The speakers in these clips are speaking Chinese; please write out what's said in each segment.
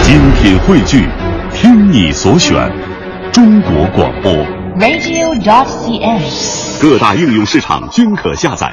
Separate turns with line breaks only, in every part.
精品汇聚，听你所选，中国广播
radio.cn，
各大应用市场均可下载。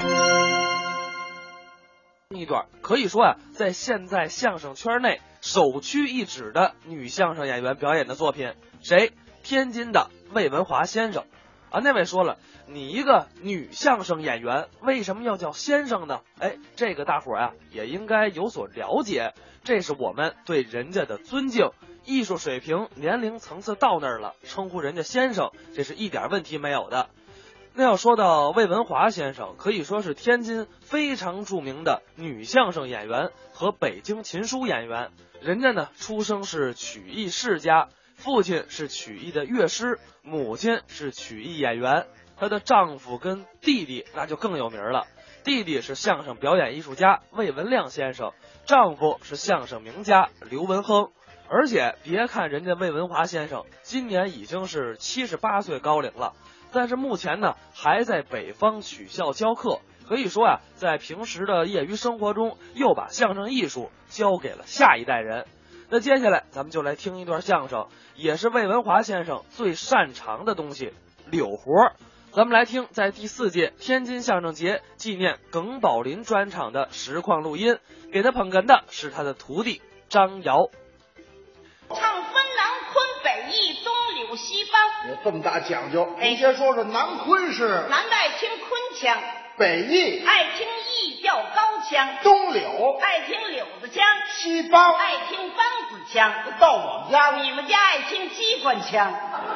一段可以说啊，在现在相声圈内首屈一指的女相声演员表演的作品，谁？天津的魏文华先生啊。那位说了，你一个女相声演员，为什么要叫先生呢？哎，这个大伙儿啊也应该有所了解，这是我们对人家的尊敬，艺术水平、年龄层次到那儿了，称呼人家先生，这是一点问题没有的。那要说到魏文华先生，可以说是天津非常著名的女相声演员和北京琴书演员。人家呢出生是曲艺世家，父亲是曲艺的乐师，母亲是曲艺演员。她的丈夫跟弟弟那就更有名了，弟弟是相声表演艺术家魏文亮先生，丈夫是相声名家刘文亨。而且别看人家魏文华先生今年已经是78岁高龄了，但是目前呢还在北方曲校教课，可以说啊，在平时的业余生活中又把相声艺术交给了下一代人。那接下来咱们就来听一段相声，也是魏文华先生最擅长的东西——柳活。咱们来听在第4届天津相声节纪念耿宝林专场的实况录音，给他捧哏的是他的徒弟张瑶。
唱分南昆北弋东柳西梆，
有这么大讲究。您先说说，南昆是
南的爱听昆腔，
北弋
爱听弋调高腔，
东柳
爱听柳子腔，
西梆
爱听梆子腔。
到我们家，
你们家爱听机关枪，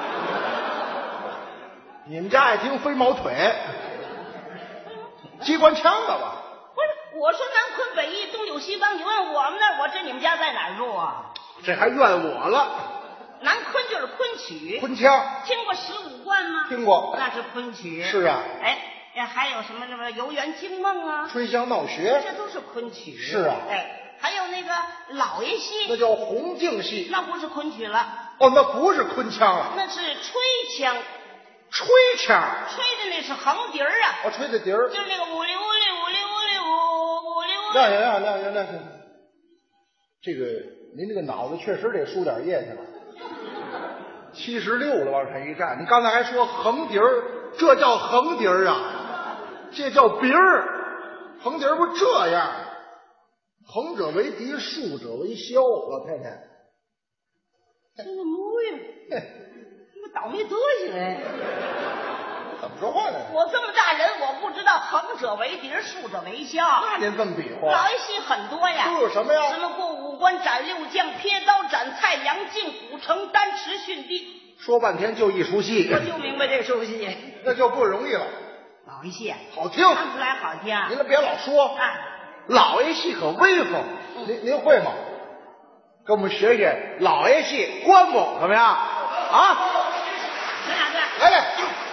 你们家爱听飞毛腿，机关枪了吧？
不是，我说南昆北弋东柳西梆，你问我们那儿，我知你们家在哪儿住啊？
这还怨我了。
南昆就是昆曲，
昆腔
听过15贯吗？
听过，
那是昆曲。
是啊。
哎，还有什么那么游园惊梦啊，
春香闹学，
这都是昆曲。
是啊。
哎，还有那个老爷戏，
那叫红净戏，
那不是昆曲了。
哦，那不是昆腔了，
那是吹腔。
吹腔，
吹的那是横笛儿啊。
哦，吹的笛儿，
就是那个五溜五溜五溜五溜五溜。
那行，这个您这个脑子确实得输点液去了。76了，往上一站，你刚才还说横笛儿，这叫横笛儿啊，这叫鼻儿。横笛儿不这样，横者为笛，竖者为箫。老太太，
这个模样，这个倒霉德行哎！
怎么说话呢？
我这么大人，我不知道横者为笛，竖者为箫。
那您这么比划？
老爷戏很多呀，
都有什么呀？
什么过五关斩六将，撇刀斩菜，杨靖古城，单持逊地。
说半天就一出戏，
我就明白这出戏，
那就不容易了。
老爷戏
好听，
唱出来好听。
您别老说，老爷戏可威风。您会吗？跟我们学学老爷戏关公怎么样？啊，
咱俩这
来。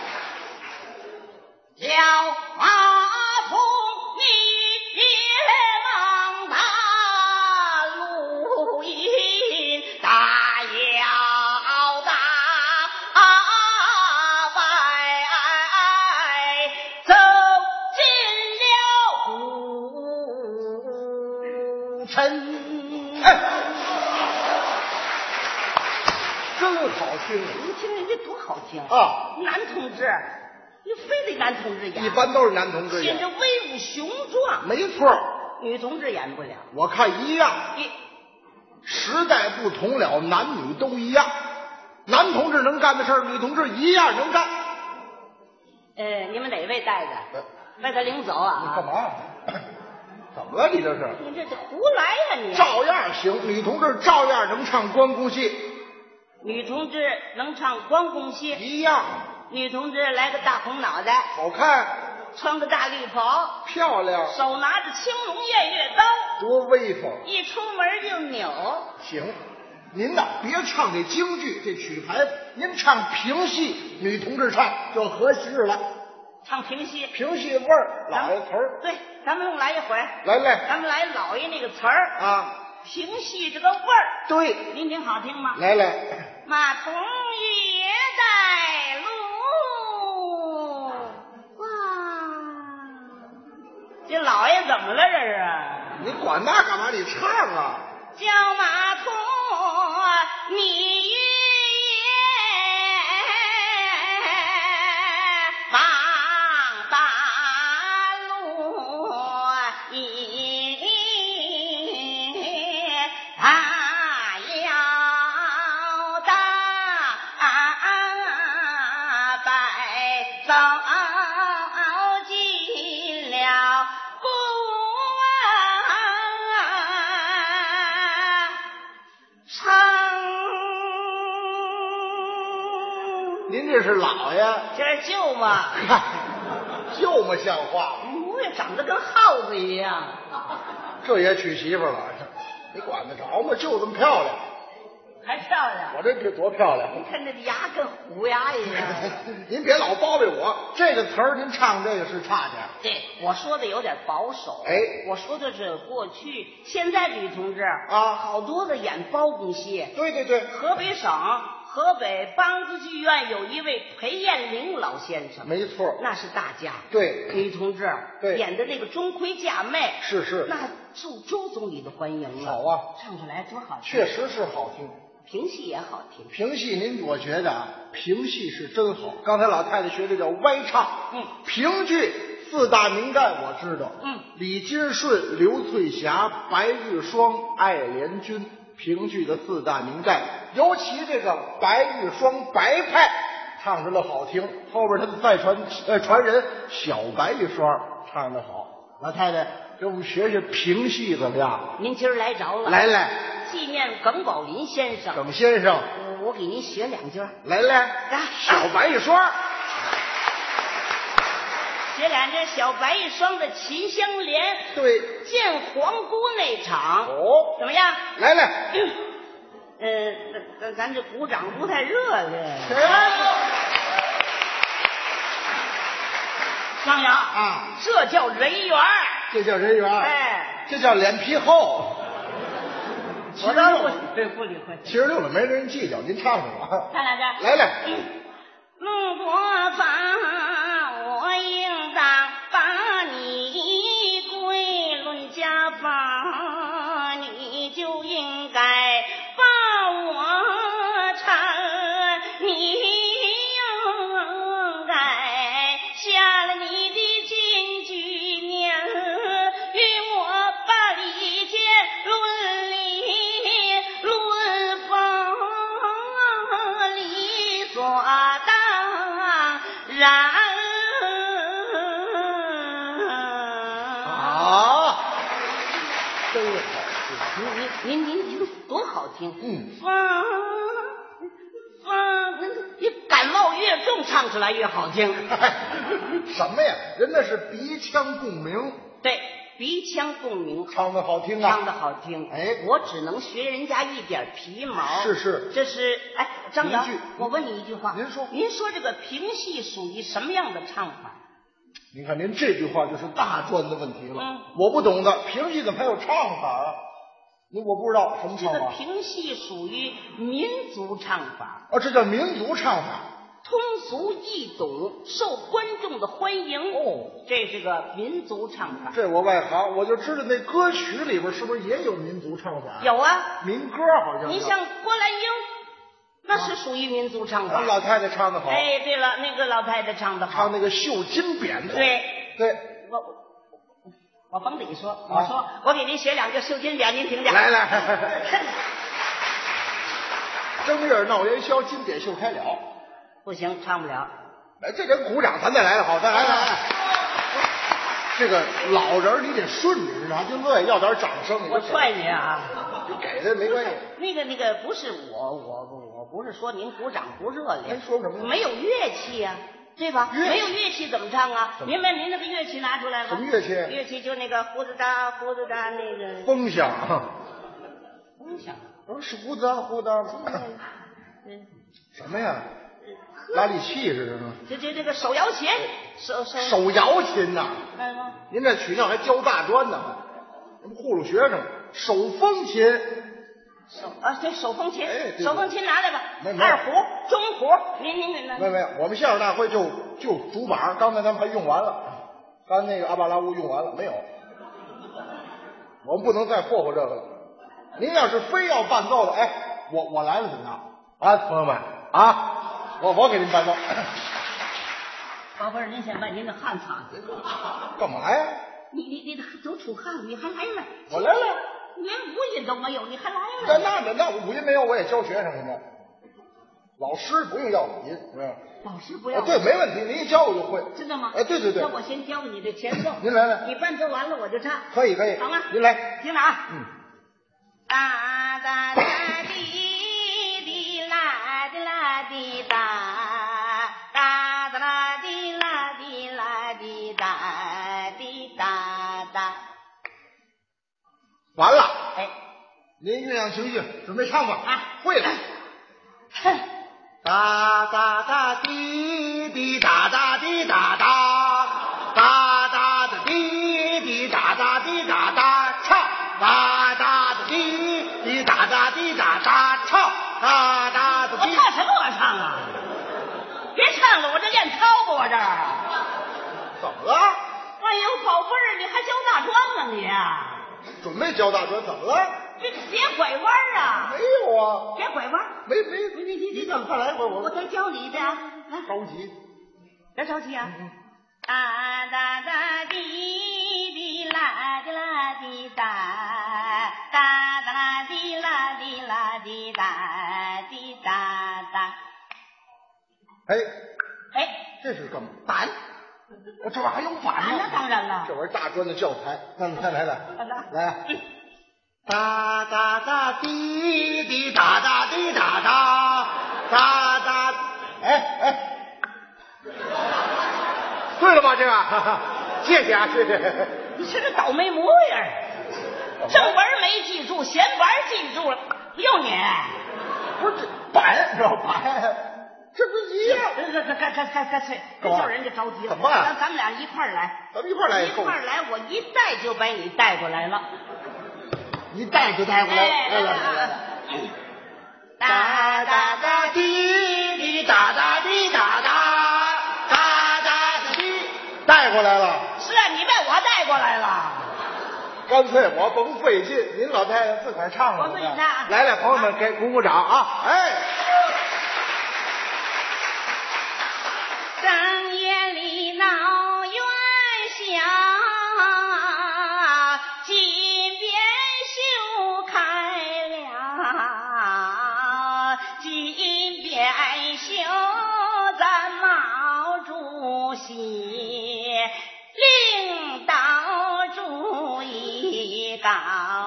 小马童，你别忙大路引，大摇大摆走进了古城。
真好听！
你听人家多好听
啊！
男同志，你非得男同志演，
一般都是男同志演，
显着威武雄壮。
没错，
女同志演不了。
我看一样，时代不同了，男女都一样。男同志能干的事儿，女同志一样能干。
你们哪位带着？把他领走啊？
你干嘛？怎么了？你这是？
你这胡来呀你！
照样行，女同志照样能唱关公戏。
女同志能唱关公戏，
一样。
女同志来个大红脑袋，
好看，
穿个大绿袍，
漂亮，
手拿着青龙偃月刀，
多威风！
一出门就扭。
行，您呐别唱这京剧这曲牌，您唱评戏，女同志唱就合适了。
唱评戏，
评戏味儿，老爷词儿。
对，咱们来一回。
来，
咱们来老爷那个词儿
啊。
评戏这个味儿，
对，
您听好听吗？
来，
马童也带路，哇！这老爷怎么了这是？
你管那干嘛？你唱啊！
叫马童
您这是老爷，
这是舅嘛，
舅妈像话吗？
我也长得跟耗子一样。
这也娶媳妇了，你管得着吗？就这么漂亮，
还漂亮。
我这多漂亮！
你看这牙跟虎牙一样。
您别老包庇我，这个词儿您唱这个是差点。
对，我说的有点保守。
哎，
我说的是过去，现在女同志
啊，
好多的演包公戏。
对对对，
河北省河北梆子剧院有一位裴艳玲老先生，
没错，
那是大家。
对，
女同志
对
演的那个钟馗嫁妹，
是，
那受周总理的欢迎了。
好啊，
唱出来多好听，
确实是好听。
评戏也好听，
评戏我觉得啊，评戏是真好。刚才老太太学的叫歪唱，评剧四大名旦我知道，李金顺、刘翠霞、白玉霜、艾莲君，评剧的四大名旦，尤其这个白玉霜白派唱出来好听，后边他的再传人小白玉霜唱的好。老太太给我们学学评戏怎么样？
您今儿来着了，
来，
纪念耿宝林先生。
耿先生，
我给您学两句。
来，小白玉霜。
学两句小白玉霜的秦香莲，
对，
见皇姑那场，怎么样？
来，
咱这鼓掌不太热烈。张扬
啊，
这叫人缘，
这叫人缘，
哎，
这叫脸皮厚。
我倒不理会。
76了，没人计较，您唱唱吧。
唱两句。
来。
路过法，我应当把你归论家法，你就应该把我缠，你应该下了你的金菊娘，与我把礼节论理论法，理所当然。
啊，真好
您多好听！你感冒越重，唱出来越好听。
什么呀？人那是鼻腔共鸣。
对，鼻腔共鸣，
唱的好听啊，
唱的好听。
哎，
我只能学人家一点皮毛。
是，
这是张扬，我问你一句话，
您说
这个评戏属于什么样的唱法？
您看您这句话就是大专的问题了。我不懂的，评戏怎么还有唱法啊？我不知道什么唱法。
这个评戏属于民族唱法。
这叫民族唱法，
通俗易懂，受观众的欢迎。这是个民族唱法。
这我外行，我就知道那歌曲里边是不是也有民族唱法？
有啊，
民歌好像。
你像郭兰英，那是属于民族唱法。
老太太唱的好。
哎，对了，那个老太太唱的好，
唱那个绣金匾。
对，
我
我甭得说，我给您学两句绣金匾，您听听。
来，正月闹元宵，金匾绣开了。
不行，唱不了。
这人鼓掌，咱再来好，再来。这个老人你得顺着，知道就乐意要点掌声。
我踹你啊！
你给的没关系。
那个不是我不是说您鼓掌不热烈。
您说什么？
没有乐器呀，对吧？没有乐器怎么唱啊？您把您那个乐器拿出来了。
什么乐器？
乐器就那个胡子哒那个
风响。
风响？
是胡子什么呀？拉力器似的。
这个手摇琴，
手摇琴呐。您这取笑还教大专呢，糊弄学生。手风琴。
对，手风琴。
哎，
手风琴拿来吧。
没
二胡、中胡，您
没有，我们相声大会就主板，刚才咱们还用完了，刚才那个阿巴拉乌用完了没有？我们不能再霍霍这个了。您要是非要伴奏的，我来了怎么样啊，朋友们啊？我给您伴奏。
宝贝儿，您先把您的汗擦去。
干嘛呀？
你都出汗了，你还来了？
我来了，
连五音都没有，你还来了？
那五音没有，我也教学生现在。老师不用要五音，
老师不要。
对，没问题，您一教我就会。
真的吗？
对。
那我先教你这前奏。
您来，
你伴奏完了我就唱。
可以，
好吗？
您来，
听着啊。哒哒哒滴滴啦滴啦滴哒。
您酝酿情绪，准备唱吧。
啊，
会了。哒哒哒滴滴哒哒滴哒哒，哒哒的滴滴哒哒滴哒哒，唱。哒哒的滴滴哒哒滴哒哒，唱。哒哒的滴。
我唱什么？我唱啊！别唱了，我这练操吧，我这儿。
怎么了？
哎呦，宝贝儿，你还教大专了你啊？
准备教大专，怎么了？
别拐弯啊！
没有啊，
别拐弯。
没，你怎么快来一会儿
我再教你一遍啊！
着急，
别着急啊！哒哒哒滴滴啦滴啦滴哒，哒哒滴啦滴啦滴哒滴哒哒。哎，
这是干嘛？板？我这玩意儿还有板呢？
那当然了，
这玩意儿大专的教材。再来，来。哒哒哒滴滴哒哒滴哒哒，哒哒。哎，对了吧？这个，谢谢啊，谢谢。
你这是倒霉模样，正文没记住，闲玩记住了，用你。
不是这板，知道板，这不一样。
干脆，别叫人家着急了。
怎么办？
咱们俩一块儿来。
咱们一块儿来。
一块儿来，我一带就把你带过来了。
一带就带过来。来。哒哒哒滴滴哒哒滴哒哒，哒哒哒滴，带过来了。
是啊，你被我带过来了。
干脆我甭费劲，您老太太自个儿唱了。
我自己唱。
来，朋友们给鼓掌啊！哎。
正夜里闹元宵，金鞭绣开了，金鞭绣咱毛主席领导主义高。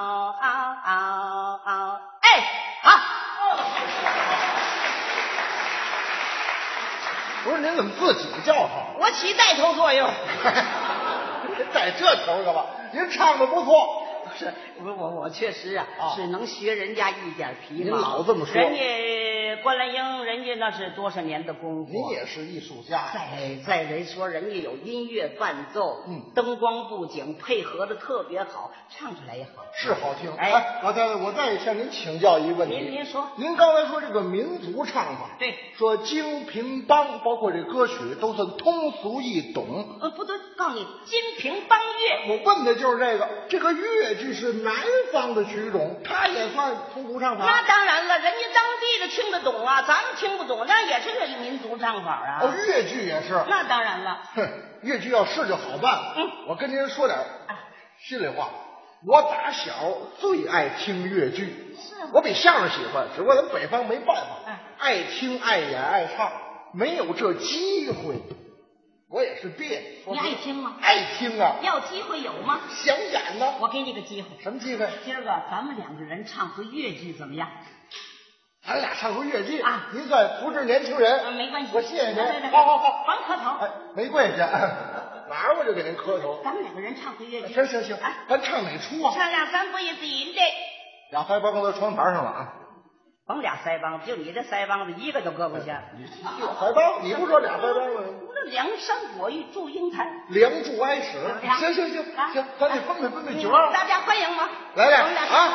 不是您怎么自己叫好？
我起带头作用。
带这头干嘛？您唱的不错。
是，我确实啊，是能学人家一点皮毛。
您老这么说。
人家关兰英，人家那是多少年的功夫。
您也是艺术家。
再人说，人家有音乐伴奏，灯光布景配合的特别好，唱出来也好，
是好听。哎，老太太，我再向您请教一个问题。
您说，
您刚才说这个民族唱法，
对，
说京评梆，包括这歌曲都算通俗易懂。
不对，告诉你，京评梆乐。
我问的就是这个越剧是南方的曲种，它也算通俗唱法。
那当然了，人家当地的听得懂啊，咱们听不懂，那也是个民族唱法啊。
越剧也是。
那当然了。
越剧要是就好办。我跟您说点心里话，我打小最爱听越剧。我比相声喜欢，只不过咱们北方没办法，爱听爱演爱唱，没有这机会。我也是别。
你爱听吗？
爱听啊。
要机会有吗？
想演呢。
我给你个机会。
什么机会？
今儿个咱们两个人唱回越剧怎么样？
咱俩唱回越剧啊！您算不是年轻人。
没关系。
我谢谢您。
好，甭磕头。
没跪下，哪儿我就给您磕头。
咱们两个人唱回越剧。
行，咱唱哪出啊？
唱两三不一定的。
俩腮帮子床盘上了啊！
甭俩腮帮子，就你这腮帮子一个都搁不下。
腮帮，你不说俩腮帮子吗？
那梁山伯与祝英台，
梁祝挨使。行，咱得分配角儿。
大家欢迎吗？
来啊！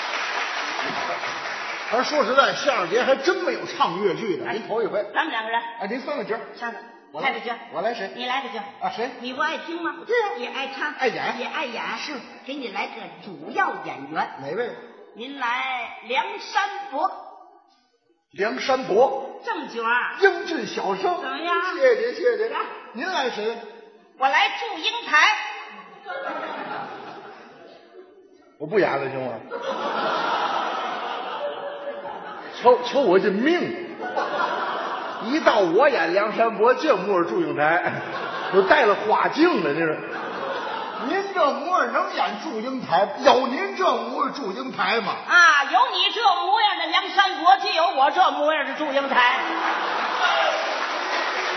咱说实在，相声节还真没有唱越剧的，您头一回。
咱们两个人，
您分个角，
唱的，来个角，
我来谁？
你来个角
啊？谁？
你不爱听吗？
对呀，
也爱唱，
爱演，
也爱演。
是，
给你来个主要演员。
哪位？
您来梁山伯。
梁山伯，
正角，
英俊小生，
怎么样？
谢谢。您来谁？
我来祝英台。
我不演了，行吗？瞧我这命！一到我演梁山伯，这模样祝英台，我带了花镜了，这是。您这模样能演祝英台？有您这模样祝英台吗？
啊，有你这模样的梁山伯，就有我这模样的祝英台。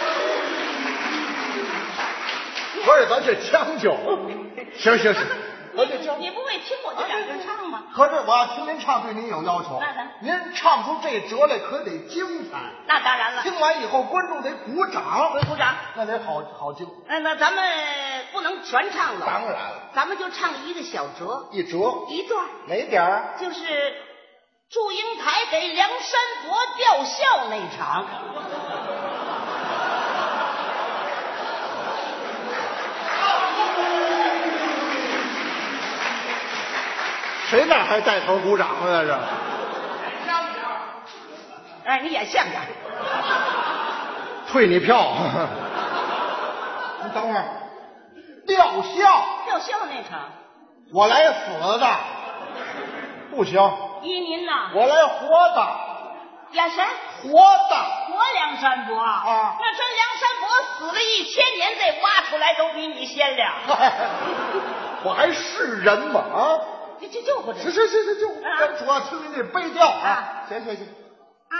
不是，咱这将就。行，
你不会听我这两句唱吗？
可是我要听您唱，对您有要求。
那
您唱出这折来，可得精彩。
那当然了。
听完以后，观众得鼓掌，
鼓掌，
那得好听。
那咱们不能全唱了。
当然了，
咱们就唱一个小折，
一折
一段。
哪点儿？
就是祝英台给梁山伯吊孝那场。
谁那还带头鼓掌呢？这
哎，你演像点，
退你票。你等会儿，吊孝
那场，
我来死的，不行。
依您呐，
我来活的。
演谁？
活的。
活梁山伯
啊！
那真梁山伯死了1000年，再挖出来都比你鲜亮。
我还是人吗？啊！
就不这。
是，就。主要听您这悲调啊！行。
啊！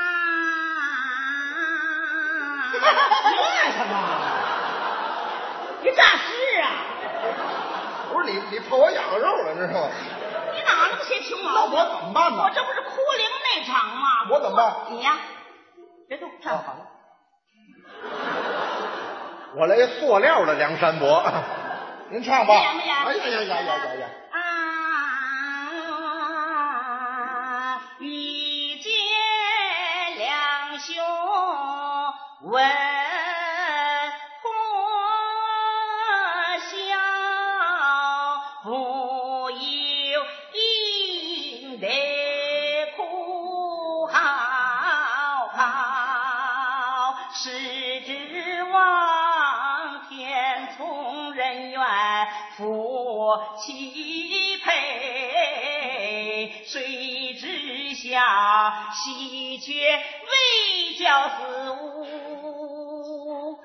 你干什么？你诈尸啊！
不是你碰我痒肉了，知道吗？
你哪那么些穷毛病？
那我怎么办呢？
我这不是哭灵那场吗？
我怎么办？
你呀，别动，站好了。
我来塑料的梁山伯，您唱吧。
演不演？
呀！
遇见两兄问破晓，不由应得哭嚎，是指望天从人愿夫妻配，谁知晓喜鹊未教死无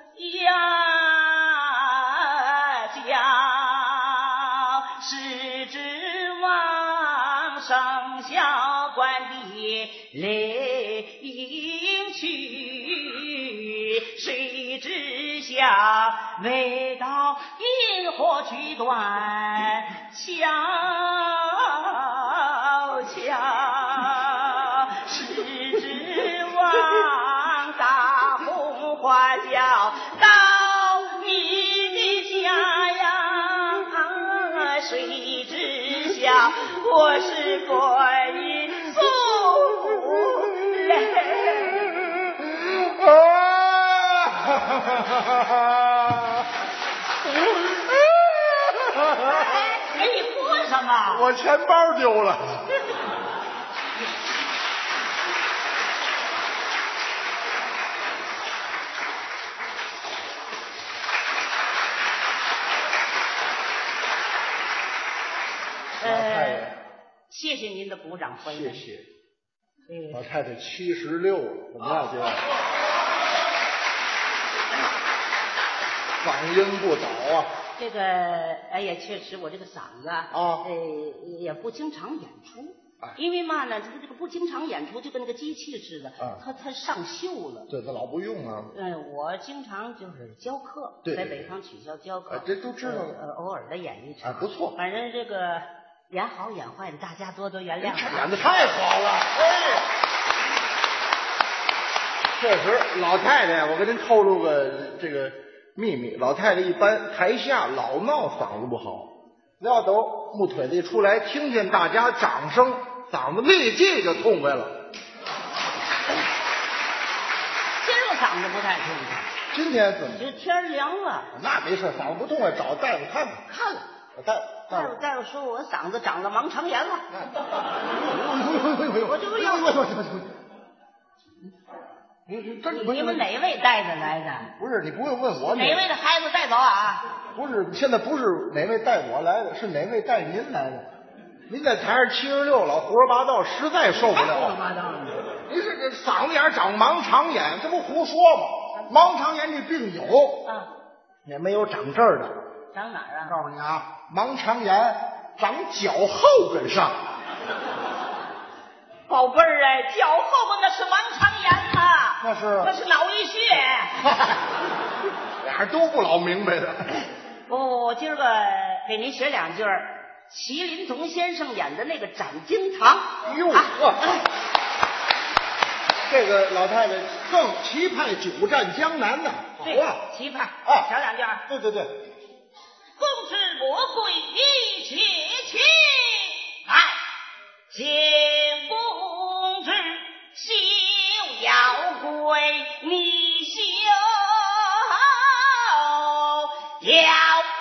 家，是指望生肖官的泪迎去，谁知晓未到萤火去断悄悄，是指望大红花轿到你的家呀，谁知晓我是观音送来。哎，你哭什么？
我钱包丢了。
谢谢您的鼓掌欢迎。
谢谢。老太太76了，怎么样，姐？嗓音不早啊。
这个，哎呀，确实我这个嗓子啊，也不经常演出。因为嘛呢，这个不经常演出，就跟那个机器似的，它上锈了。
对，它老不用啊。
我经常就是教课，在北方曲校教课，
这都知道。
偶尔的演一场，
不错。
反正这个演好演坏的，大家多多原谅。
演的太好了，确实，老太太，我跟您透露个这个秘密，老太太一般台下老闹嗓子不好，要都木腿子一出来，听见大家掌声，嗓子立即就痛快了。
今儿嗓子不太痛快。
今天怎么？
这天凉了。
那没事，嗓子不痛快，找大夫看看。
看了。大夫说我嗓子长了盲肠炎了。我这不要。你们哪位带着来的？
不是，你不用问我。
哪位的孩子带走啊？
不是，现在不是哪位带我来的，是哪位带您来的。您在台上76，老胡说八道，实在受不了。
胡说八道呢？
您这嗓子眼长盲肠炎，这不胡说吗？盲肠炎这病有也没有长这儿的。
长哪儿啊？
告诉你啊，盲肠炎长脚后跟上。
宝贝儿哎，脚后跟那是盲肠炎啊，那是脑溢血。俩
人都不老明白的。
我今儿个给您学2句， 麒麟童先生演的那个斩金堂。
哟呵，这个老太太更旗派久战江南呐，好啊，
旗派
啊，
小两句。
对对对，
公之莫贵一切切，来，见公之休要归你休要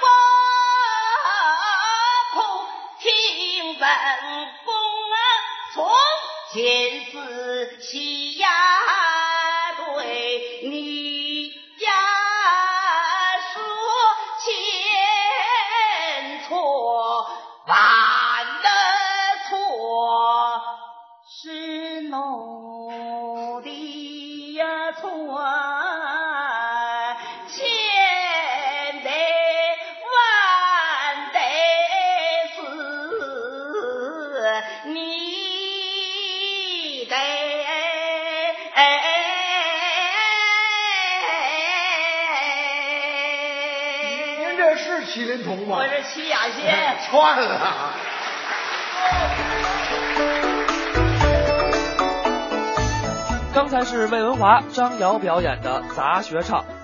空听本宫从前思细呀，对你呀说千错万的错是奴的呀错，千得万得是你得
您这是麒麟童吗？
我是齐雅仙
串了。
刚才是魏文华、张瑶表演的杂学唱。